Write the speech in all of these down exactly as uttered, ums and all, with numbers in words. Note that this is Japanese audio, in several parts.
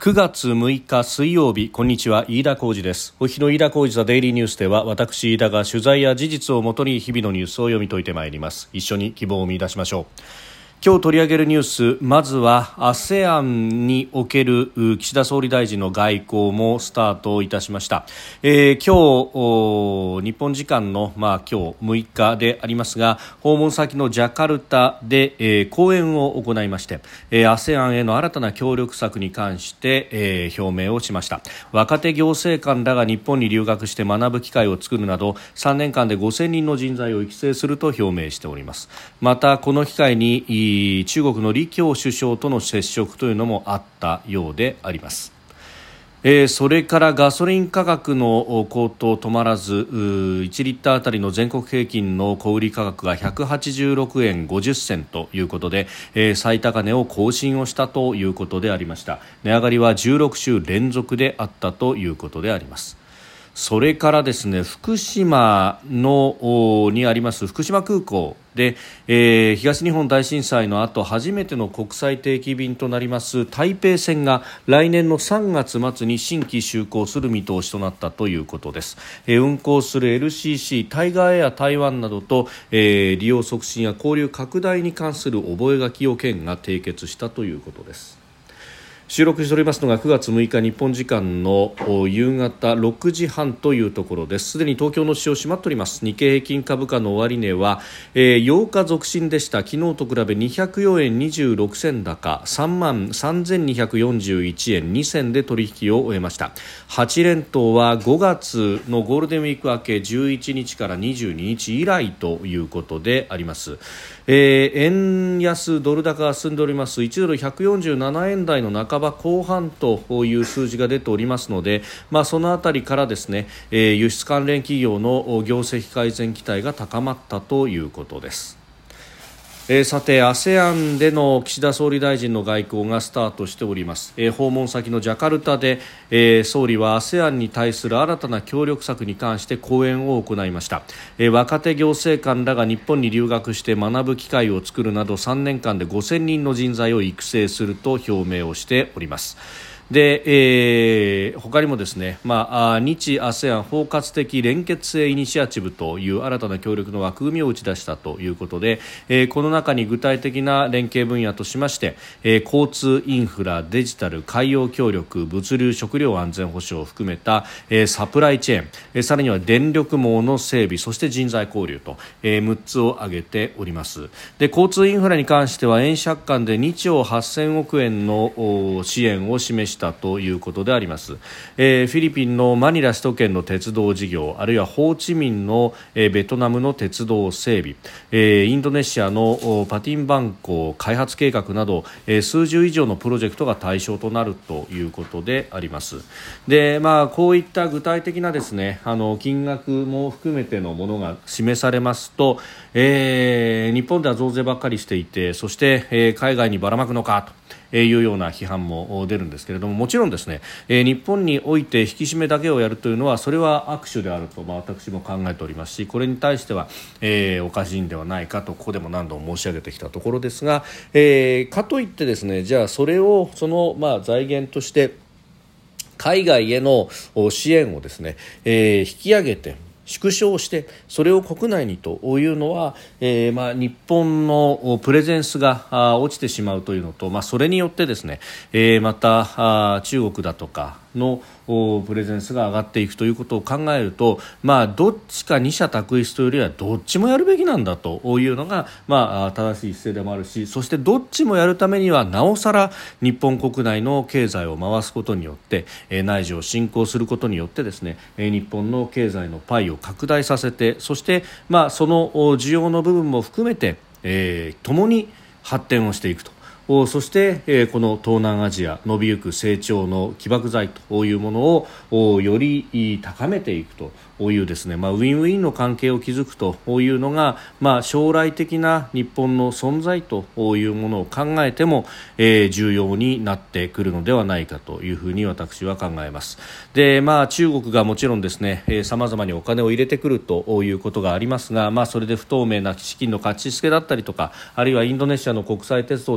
くがつむいか水曜日、こんにちは、飯田浩司です。お日の飯田浩司ザデイリーニュースでは、私飯田が取材や事実をもとに日々のニュースを読み解いてまいります。一緒に希望を見出しましょう。今日取り上げるニュース、まずは アセアン における岸田総理大臣の外交もスタートいたしました。えー、今日日本時間の、まあ、今日むいかでありますが、訪問先のジャカルタで、えー、講演を行いまして、えー、アセアン への新たな協力策に関して、えー、表明をしました。若手行政官らが日本に留学して学ぶ機会を作るなど、さんねんかんでごせんにんの人材を育成すると表明しております。またこの機会に中国の李強首相との接触というのもあったようであります。えー、それからガソリン価格の高騰止まらず、いちリッターあたりの全国平均の小売価格がひゃくはちじゅうろくえんごじゅっせんということで、えー、最高値を更新をしたということでありました。値上がりはじゅうろくしゅう連続であったということであります。それからですね、福島のにあります福島空港で、えー、東日本大震災の後初めての国際定期便となります台北線が来年のさんがつ末に新規就航する見通しとなったということです。えー、運航する エルシーシー タイガーエア台湾などと、えー、利用促進や交流拡大に関する覚書を県が締結したということです。収録しておりますのがくがつむいか日本時間の夕方ろくじはんというところです。すでに東京の市場閉まっております。日経平均株価の終値は、えー、ようか続伸でした。昨日と比べにひゃくよえんにじゅうろくせん高 さんまんさんぜんにひゃくよんじゅういちえんにせんで取引を終えました。はち連投はごがつのゴールデンウィーク明けじゅういちにちからにじゅうににち以来ということであります。えー、円安ドル高が進んでおります。いちドルひゃくよんじゅうななえん台の半ば後半という数字が出ておりますので、まあ、そのあたりからですね、えー、輸出関連企業の業績改善期待が高まったということです。えー、さて アセアン での岸田総理大臣の外交がスタートしております。えー、訪問先のジャカルタで、えー、総理は アセアン に対する新たな協力策に関して講演を行いました。えー、若手行政官らが日本に留学して学ぶ機会を作るなどさんねんかんでごせんにんの人材を育成すると表明をしております。で、えー、他にもですね、まあ、日 アセアン 包括的連結性イニシアチブという新たな協力の枠組みを打ち出したということで、えー、この中に具体的な連携分野としまして、えー、交通インフラ、デジタル、海洋協力、物流、食料安全保障を含めた、えー、サプライチェーン、えー、さらには電力網の整備、そして人材交流と、えー、むっつを挙げております。で、交通インフラに関しては円借款でにちょうはっせんおくえんの支援を示したということであります。えー、フィリピンのマニラ首都圏の鉄道事業、あるいはホーチミンの、えー、ベトナムの鉄道整備、えー、インドネシアのパティンバン港開発計画など、えー、数十以上のプロジェクトが対象となるということであります。で、まあ、こういった具体的なですね、あの金額も含めてのものが示されますと、えー、日本では増税ばっかりしていて、そして、えー、海外にばらまくのかというような批判も出るんですけれども、もちろんですね、えー、日本において引き締めだけをやるというのはそれは握手であると、まあ、私も考えておりますし、これに対しては、えー、おかしいんではないかとここでも何度も申し上げてきたところですが、えー、かといってですね、じゃあそれをその、まあ、財源として海外への支援をですね、えー、引き上げて縮小してそれを国内にというのは、えーまあ、日本のプレゼンスが落ちてしまうというのと、まあ、それによってですね、えー、また中国だとかのプレゼンスが上がっていくということを考えると、まあ、どっちか二者択一というよりはどっちもやるべきなんだというのが、まあ、正しい姿勢でもあるし、そしてどっちもやるためにはなおさら日本国内の経済を回すことによって、内需を振興することによってですね、日本の経済のパイを拡大させて、そして、まあ、その需要の部分も含めて、えー、共に発展をしていくと。そして、えー、この東南アジア伸びゆく成長の起爆剤というものをより高めていくというですね、まあ、ウィンウィンの関係を築くというのが、まあ、将来的な日本の存在というものを考えても、えー、重要になってくるのではないかというふうに私は考えます。で、まあ、中国がもちろんですね、えー、様々にお金を入れてくるということがありますが、まあ、それで不透明な資金の貸し付けだったりとか、あるいはインドネシアの国際鉄道で起こった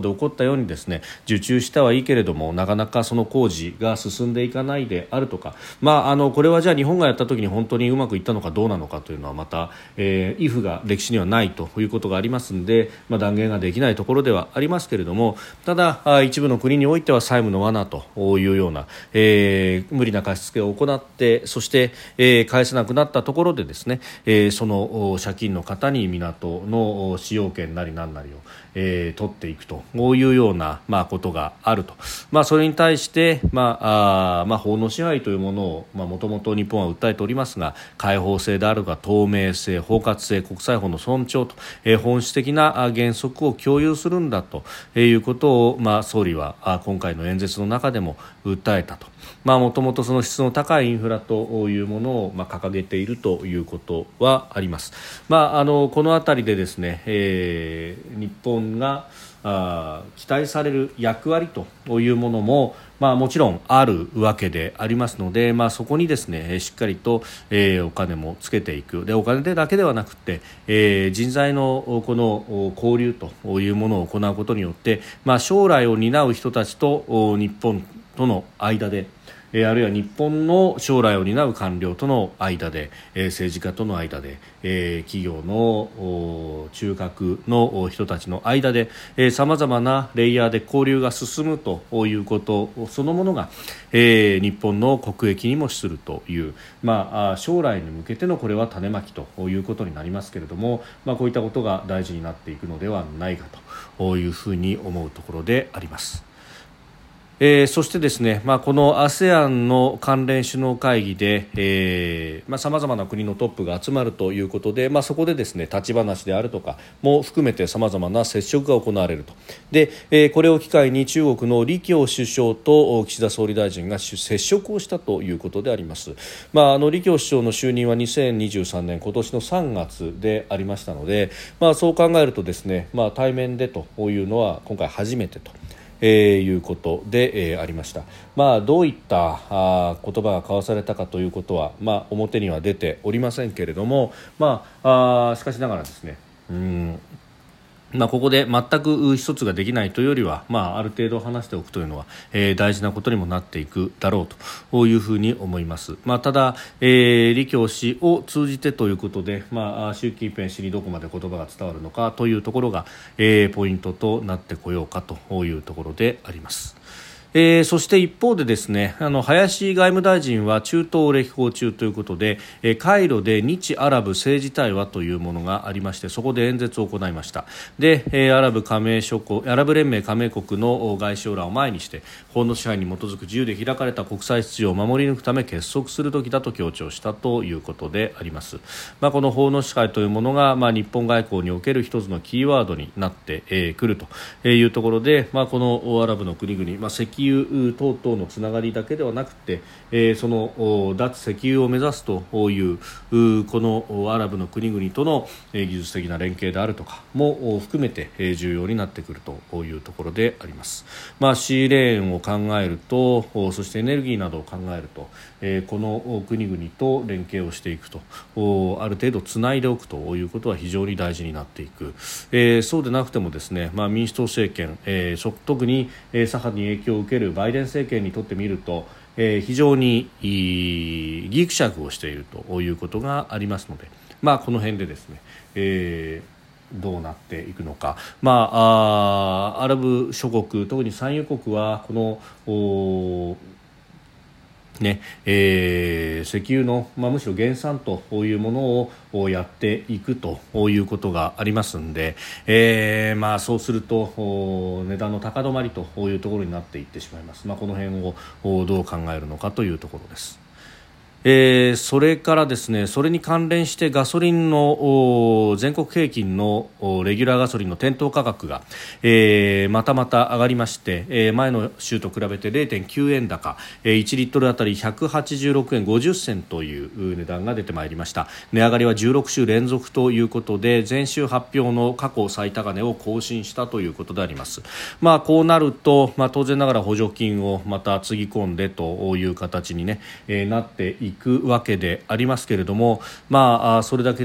ようにですね、受注したはいいけれどもなかなかその工事が進んでいかないであるとか、まあ、あのこれはじゃあ日本がやった時に本当にうまくいったのかどうなのかというのはまた、えー、イフが歴史にはないということがありますので、まあ、断言ができないところではありますけれども、ただ一部の国においては債務の罠というような、えー、無理な貸し付けを行ってそして、えー、返せなくなったところでですね、えー、その借金の方に港の使用権なり何なりを、えー、取っていくというような、まあ、ことがあると、まあ、それに対して、まああまあ、法の支配というものをもともと日本は訴えておりますが、開放性であるが透明性、包括性、国際法の尊重と、えー、本質的な原則を共有するんだということを、まあ、総理は今回の演説の中でも訴えたと。もともとその質の高いインフラというものを、まあ、掲げているということはあります。まあ、あのこのあたりでですね、えー、日本があ期待される役割というものも、まあ、もちろんあるわけでありますので、まあ、そこにですねしっかりと、えー、お金もつけていく。でお金でだけではなくて、えー、人材のこの交流というものを行うことによって、まあ、将来を担う人たちと日本との間で、あるいは日本の将来を担う官僚との間で、政治家との間で、企業の中核の人たちの間でさまざまなレイヤーで交流が進むということそのものが、日本の国益にも資するという、まあ、将来に向けてのこれは種まきということになりますけれども、まあ、こういったことが大事になっていくのではないかというふうに思うところであります。えー、そしてですね、まあ、この アセアン の関連首脳会議で、えーまあ、様々な国のトップが集まるということで、まあ、そこでですね、立ち話であるとかも含めて様々な接触が行われると。で、えー、これを機会に中国の李強首相と岸田総理大臣が接触をしたということであります。まあ、あの李強首相の就任はにせんにじゅうさんねん今年のさんがつでありましたので、まあ、そう考えるとですね、まあ、対面でというのは今回初めてとえー、いうことで、えー、ありました。まあ、どういったあ言葉が交わされたかということは、まあ、表には出ておりませんけれども、まあ、あしかしながらですね、うんまあ、ここで全く一つができないというよりは、まあ、ある程度話しておくというのは、えー、大事なことにもなっていくだろうというふうに思います。まあ、ただ、えー、李強氏を通じてということで、まあ、習近平氏にどこまで言葉が伝わるのかというところが、えー、ポイントとなってこようかというところであります。えー、そして一方でですね、あの林外務大臣は中東を歴訪中ということで、えー、カイロで日アラブ政治対話というものがありまして、そこで演説を行いました。で、えー、アラブ加盟諸国、アラブ連盟加盟国の外相らを前にして、法の支配に基づく自由で開かれた国際秩序を守り抜くため結束する時だと強調したということであります。まあ、この法の支配というものが、まあ、日本外交における一つのキーワードになってく、えー、るというところで、まあ、このアラブの国々、まあ、石油等々のつながりだけではなくて、えー、その脱石油を目指すというこのアラブの国々との技術的な連携であるとかも含めて重要になってくるというところであります。まあ、シーレーンを考えると、そしてエネルギーなどを考えると、えー、この国々と連携をしていくと、ある程度つないでおくということは非常に大事になっていく。えー、そうでなくてもですね、まあ、民主党政権、えー、特に左派に影響を受けるバイデン政権にとってみると、えー、非常にギクシャクをしているということがありますので、まあ、この辺でですね、えー、どうなっていくのか、まあ、あアラブ諸国特に産油国はこのねえー、石油の、まあ、むしろ減産というものをやっていくということがありますので、えーまあ、そうすると値段の高止まりというところになっていってしまいます。まあ、この辺をどう考えるのかというところです。えー、それからですね、それに関連してガソリンの全国平均のレギュラーガソリンの店頭価格が、えー、またまた上がりまして、えー、前の週と比べて れいてんきゅうえん高、えー、いちリットルあたりひゃくはちじゅうろくえんごじゅっせんという値段が出てまいりました。値上がりはじゅうろくしゅう連続ということで、前週発表の過去最高値を更新したということであります。まあ、こうなると、まあ、当然ながら補助金をまたつぎ込んでという形に、ねえー、なっていくいくわけでありますけれども、まあ、それだけでなくて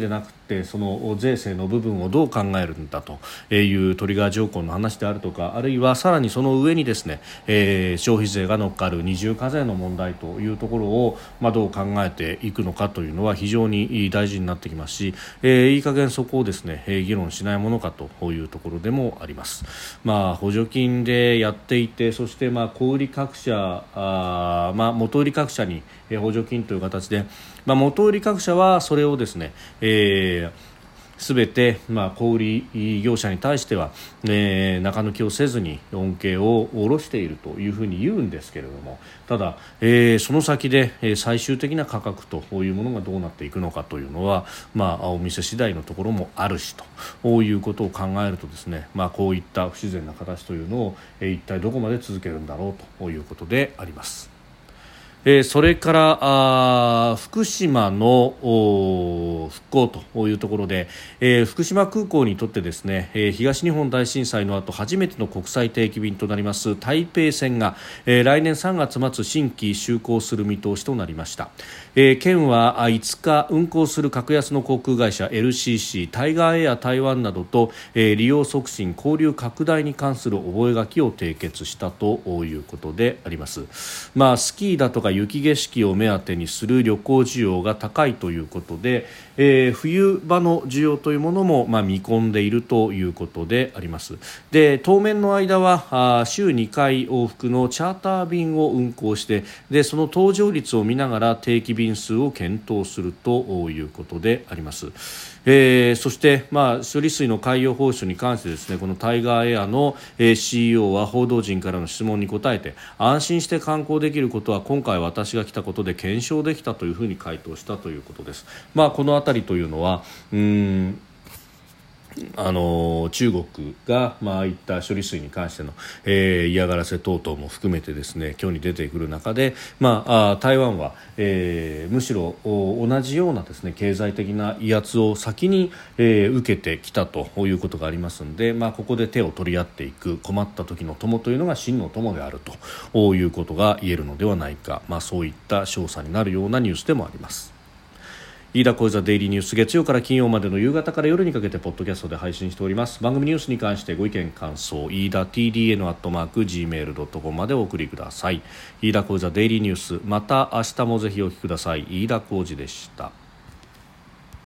ってその税制の部分をどう考えるんだというトリガー条項の話であるとか、あるいはさらにその上にですね、えー、消費税が乗っかる二重課税の問題というところを、まあ、どう考えていくのかというのは非常に大事になってきますし、えー、いい加減そこをですね議論しないものかというところでもあります。まあ、補助金でやっていて、そしてまあ小売各社あ、まあ、元売り各社に補助金という形で、まあ、元売り各社はそれをですね、えー全て、まあ、小売業者に対しては、えー、中抜きをせずに恩恵を下ろしているというふうに言うんですけれども、ただ、えー、その先で、えー、最終的な価格というものがどうなっていくのかというのは、まあ、お店次第のところもあるしということを考えるとですね、まあ、こういった不自然な形というのを、えー、一体どこまで続けるんだろうということであります。えー、それからあ福島の復興というところで、えー、福島空港にとってですね、えー、東日本大震災の後初めての国際定期便となります台北線が、えー、来年さんがつ末新規就航する見通しとなりました。えー、県はいつか運航する格安の航空会社 エルシーシー タイガーエア台湾などと、えー、利用促進交流拡大に関する覚書を締結したということであります。まあ、スキーだとか雪景色を目当てにする旅行需要が高いということで、えー、冬場の需要というものも、まあ、見込んでいるということであります。で、当面の間はあ週にかい往復のチャーター便を運航して、でその搭乗率を見ながら定期便数を検討するということであります。えー、そして、まあ、処理水の海洋放出に関してですね、このタイガーエアの、えー、シーイーオー は報道陣からの質問に答えて、安心して観光できることは今回私が来たことで検証できたというふうに回答したということです。まあ、このあたりというのはうーんあの中国が、まあ、ああいった処理水に関しての、えー、嫌がらせ等々も含めてですね、今日に出てくる中で、まあ、あ台湾は、えー、むしろ同じようなですね経済的な威圧を先に、えー、受けてきたということがありますので、まあ、ここで手を取り合っていく、困った時の友というのが真の友であるということが言えるのではないか、まあ、そういった調査になるようなニュースでもあります。飯田小泉デイリーニュース、月曜から金曜までの夕方から夜にかけてポッドキャストで配信しております。番組ニュースに関してご意見感想、飯田 ティーディーエヌ アットマーク ジーメール ドットコム までお送りください。飯田小泉デイリーニュース、また明日もぜひお聞きください。飯田小泉でした。